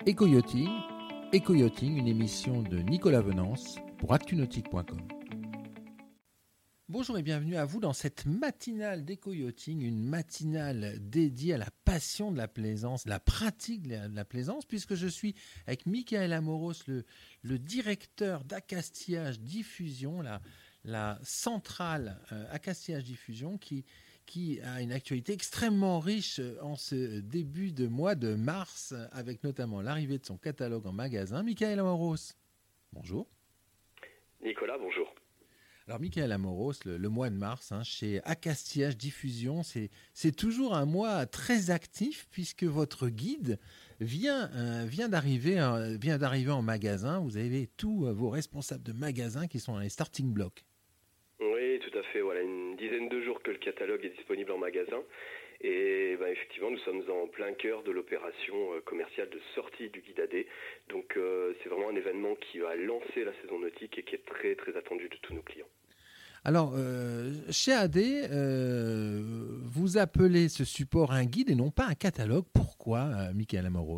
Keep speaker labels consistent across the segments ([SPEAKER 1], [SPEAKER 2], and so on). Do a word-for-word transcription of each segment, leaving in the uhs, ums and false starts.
[SPEAKER 1] Éco-yachting, Éco-yachting, une émission de Nicolas Venance pour actunautique point com. Bonjour et bienvenue à vous dans cette matinale d'éco-yachting, une matinale dédiée à la passion de la plaisance, la pratique de la, de la plaisance, puisque je suis avec Michael Amoros, le, le directeur d'Acastillage Diffusion, la, la centrale euh, Acastillage Diffusion, qui, qui a une actualité extrêmement riche en ce début de mois de mars, avec notamment l'arrivée de son catalogue en magasin. Michael Amoros, bonjour.
[SPEAKER 2] Nicolas, bonjour.
[SPEAKER 1] Alors, Michael Amoros, le, le mois de mars, hein, chez Acastillage Diffusion, c'est, c'est toujours un mois très actif puisque votre guide vient, euh, vient, d'arriver, euh, vient d'arriver en magasin. Vous avez tous euh, vos responsables de magasin qui sont dans les starting blocks.
[SPEAKER 2] Oui, tout à fait. Voilà, une dizaine de jours que le catalogue est disponible en magasin. Et ben, effectivement, nous sommes en plein cœur de l'opération euh, commerciale de sortie du guide A D. Donc, euh, c'est vraiment un événement qui va lancer la saison nautique et qui est très, très attendu de tous nos clients.
[SPEAKER 1] Alors, euh, chez A D, euh, vous appelez ce support un guide et non pas un catalogue. Pourquoi, euh, Michael Amoros ?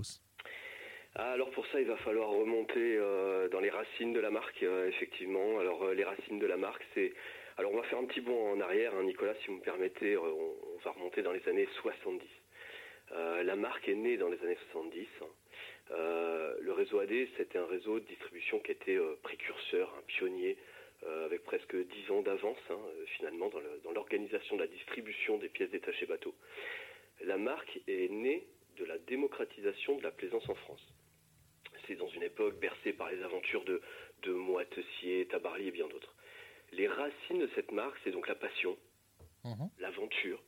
[SPEAKER 2] Alors pour ça, il va falloir remonter euh, dans les racines de la marque, euh, effectivement. Alors euh, les racines de la marque, c'est... Alors on va faire un petit bond en arrière, hein, Nicolas, si vous me permettez, euh, on, on va remonter dans les années soixante-dix. Euh, la marque est née dans les années soixante-dix. Hein. Euh, le réseau A D, c'était un réseau de distribution qui était euh, précurseur, un pionnier, euh, avec presque dix ans d'avance, hein, euh, finalement, dans, le, dans l'organisation de la distribution des pièces détachées bateaux. La marque est née de la démocratisation de la plaisance en France. C'est dans une époque bercée par les aventures de, de Moët Tessier, Tabarly et bien d'autres. Les racines de cette marque, c'est donc la passion, mmh. l'aventure,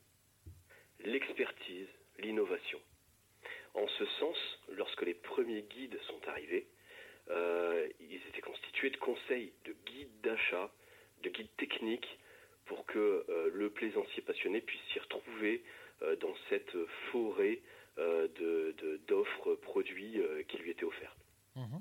[SPEAKER 2] l'expertise, l'innovation. En ce sens, lorsque les premiers guides sont arrivés, euh, ils étaient constitués de conseils, de guides d'achat, de guides techniques, pour que euh, le plaisancier passionné puisse s'y retrouver euh, dans cette forêt euh, de, de, d'offres produits euh, qui lui étaient offerts. Mmh.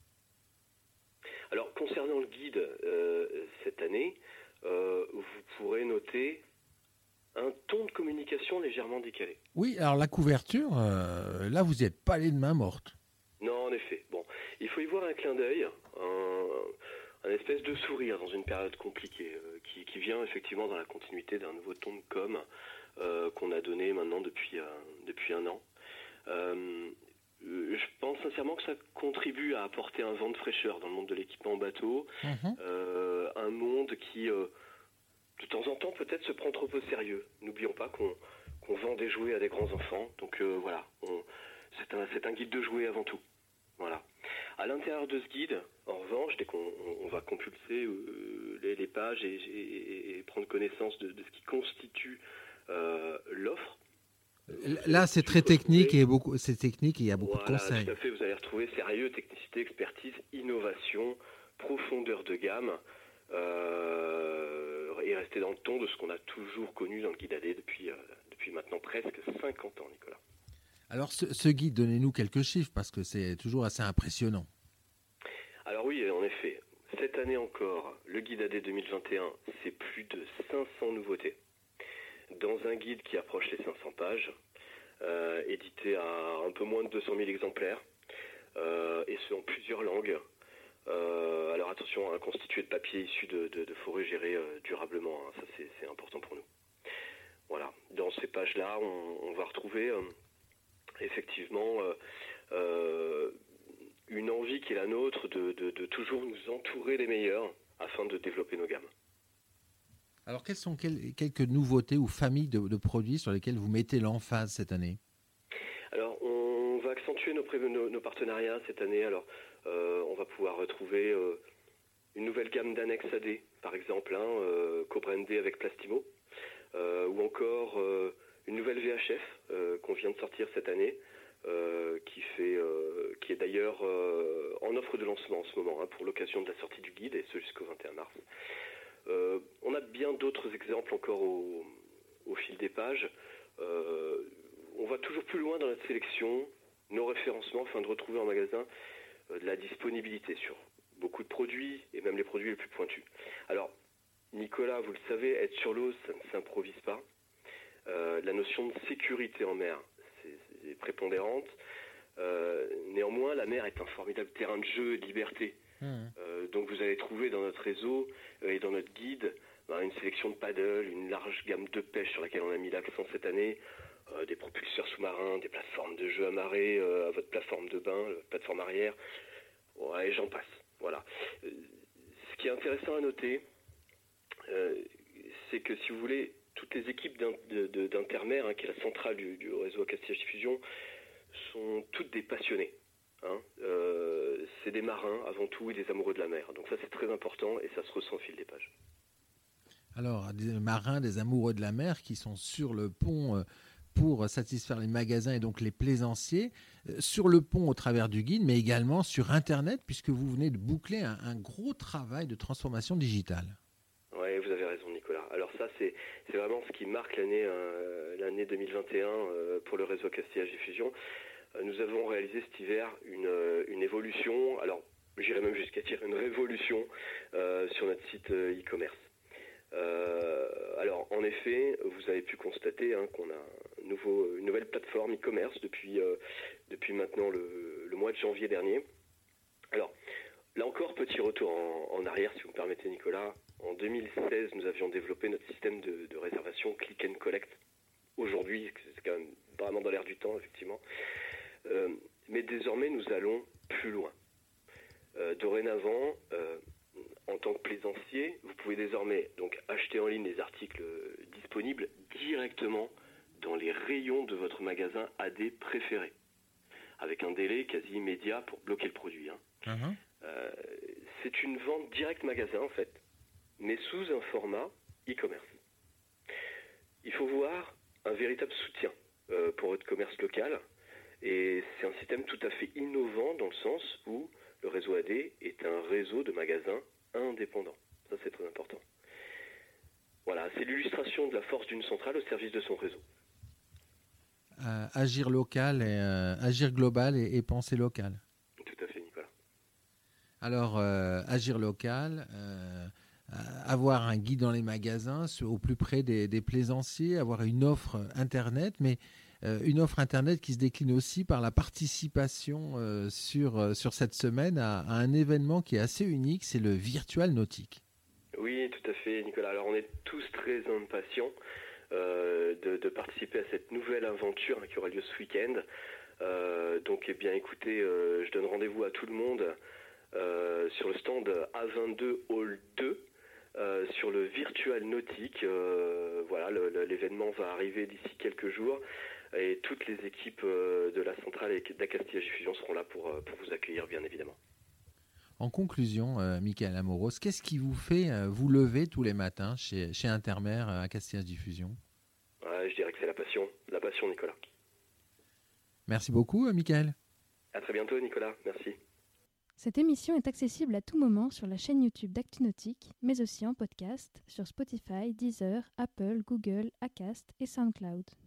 [SPEAKER 2] Alors, concernant le guide euh, cette année, euh, vous pourrez noter un ton de communication légèrement décalé.
[SPEAKER 1] Oui, alors la couverture, euh, là, vous n'êtes pas allé de main morte.
[SPEAKER 2] Non, en effet. Bon, il faut y voir un clin d'œil, un, un espèce de sourire dans une période compliquée, euh, qui, qui vient effectivement dans la continuité d'un nouveau ton de com euh, qu'on a donné maintenant depuis, euh, depuis un an. Euh, Je pense sincèrement que ça contribue à apporter un vent de fraîcheur dans le monde de l'équipement en bateau, mmh. euh, un monde qui, euh, de temps en temps, peut-être se prend trop au sérieux. N'oublions pas qu'on, qu'on vend des jouets à des grands enfants, donc euh, voilà, on, c'est, un, c'est un guide de jouets avant tout. Voilà. À l'intérieur de ce guide, en revanche, dès qu'on on va compulser euh, les, les pages et, et, et prendre connaissance de, de ce qui constitue euh, l'offre,
[SPEAKER 1] là, c'est très technique et beaucoup, c'est technique et il y a beaucoup
[SPEAKER 2] voilà,
[SPEAKER 1] de conseils.
[SPEAKER 2] Tout à fait, vous allez retrouver sérieux, technicité, expertise, innovation, profondeur de gamme, euh, et rester dans le ton de ce qu'on a toujours connu dans le guide A D depuis, euh, depuis maintenant presque cinquante ans, Nicolas.
[SPEAKER 1] Alors, ce, ce guide, donnez-nous quelques chiffres parce que c'est toujours assez impressionnant.
[SPEAKER 2] Alors oui, en effet, cette année encore, le guide A D deux mille vingt et un, c'est plus de cinq cents nouveautés. Dans un guide qui approche les cinq cents pages, euh, édité à un peu moins de deux cent mille exemplaires, euh, et ce en plusieurs langues. Euh, alors attention, hein, constitué de papier issu de, de, de forêts gérées euh, durablement, hein, ça c'est, c'est important pour nous. Voilà, dans ces pages-là, on, on va retrouver euh, effectivement euh, euh, une envie qui est la nôtre de, de, de toujours nous entourer des meilleurs afin de développer nos gammes.
[SPEAKER 1] Alors, quelles sont quelles, quelques nouveautés ou familles de, de produits sur lesquels vous mettez l'emphase cette année ?
[SPEAKER 2] Alors, on va accentuer nos, nos, nos partenariats cette année. Alors, euh, on va pouvoir retrouver euh, une nouvelle gamme d'annexes A D, par exemple, hein, euh, co-brandée avec Plastimo, euh, ou encore euh, une nouvelle V H F euh, qu'on vient de sortir cette année, euh, qui, fait, euh, qui est d'ailleurs euh, en offre de lancement en ce moment, hein, pour l'occasion de la sortie du guide, et ce jusqu'au vingt et un mars. Euh, on a bien d'autres exemples encore au, au fil des pages. Euh, on va toujours plus loin dans notre sélection, nos référencements, afin de retrouver en magasin euh, de la disponibilité sur beaucoup de produits, et même les produits les plus pointus. Alors, Nicolas, vous le savez, être sur l'eau, ça ne s'improvise pas. Euh, la notion de sécurité en mer, c'est, c'est prépondérante. Euh, néanmoins, la mer est un formidable terrain de jeu et de liberté. Mmh. Euh, donc vous allez trouver dans notre réseau euh, et dans notre guide bah, une sélection de paddles, une large gamme de pêche sur laquelle on a mis l'accent cette année, euh, des propulseurs sous-marins, des plateformes de jeu amarrées euh, à votre plateforme de bain, votre plateforme arrière, ouais, et j'en passe. Voilà. Euh, ce qui est intéressant à noter, euh, c'est que si vous voulez, toutes les équipes d'in- de, de, d'Intermer, hein, qui est la centrale du, du réseau Accastillage Diffusion, sont toutes des passionnés. Hein. Euh, c'est des marins avant tout et des amoureux de la mer. Donc ça c'est très important et ça se ressent au fil des pages.
[SPEAKER 1] Alors, des marins, des amoureux de la mer qui sont sur le pont pour satisfaire les magasins et donc les plaisanciers, sur le pont au travers du guide, mais également sur Internet, puisque vous venez de boucler un, un gros travail de transformation digitale.
[SPEAKER 2] Oui, vous avez raison Nicolas. Alors ça c'est, c'est vraiment ce qui marque l'année, euh, l'année deux mille vingt et un euh, pour le réseau Accastillage Diffusion. Euh, nous avons réalisé cet hiver une, une évolution, alors j'irais même jusqu'à dire une révolution euh, sur notre site euh, e-commerce. Euh, alors en effet, vous avez pu constater hein, qu'on a un nouveau, une nouvelle plateforme e-commerce depuis, euh, depuis maintenant le, le mois de janvier dernier. Alors là encore, petit retour en, en arrière si vous me permettez Nicolas. En deux mille seize, nous avions développé notre système de, de réservation click and collect. Aujourd'hui, c'est quand même vraiment dans l'air du temps, effectivement. Euh, mais désormais, nous allons plus loin. Euh, dorénavant, euh, en tant que plaisancier, vous pouvez désormais donc acheter en ligne les articles euh, disponibles directement dans les rayons de votre magasin A D préféré, avec un délai quasi immédiat pour bloquer le produit. Hein. Uh-huh. Euh, c'est une vente direct magasin en fait, mais sous un format e-commerce. Il faut voir un véritable soutien euh, pour votre commerce local, et c'est un système tout à fait innovant dans le sens où le réseau A D est un réseau de magasins indépendants. Ça, c'est très important. Voilà, c'est l'illustration de la force d'une centrale au service de son réseau.
[SPEAKER 1] Euh, agir local, et, euh, agir global et, et penser local.
[SPEAKER 2] Tout à fait, Nicolas.
[SPEAKER 1] Alors, euh, agir local, euh, avoir un guide dans les magasins au plus près des, des plaisanciers, avoir une offre Internet, mais euh, une offre Internet qui se décline aussi par la participation euh, sur, euh, sur cette semaine à, à un événement qui est assez unique, c'est le Virtual Nautique.
[SPEAKER 2] Oui, tout à fait, Nicolas. Alors, on est tous très impatients euh, de, de participer à cette nouvelle aventure hein, qui aura lieu ce week-end. Euh, donc, eh bien, écoutez, euh, je donne rendez-vous à tout le monde euh, sur le stand A vingt-deux Hall deux. Euh, sur le Virtual Nautique, euh, voilà, le, le, l'événement va arriver d'ici quelques jours et toutes les équipes euh, de la centrale d'Accastillage Diffusion seront là pour, euh, pour vous accueillir, bien évidemment.
[SPEAKER 1] En conclusion, euh, Michael Amoros, qu'est-ce qui vous fait euh, vous lever tous les matins chez, chez Intermer euh, Accastillage Diffusion ?
[SPEAKER 2] Ouais, je dirais que c'est la passion, la passion, Nicolas.
[SPEAKER 1] Merci beaucoup, euh, Michael.
[SPEAKER 2] À très bientôt, Nicolas. Merci.
[SPEAKER 3] Cette émission est accessible à tout moment sur la chaîne YouTube d'ActuNautique, mais aussi en podcast sur Spotify, Deezer, Apple, Google, Acast et SoundCloud.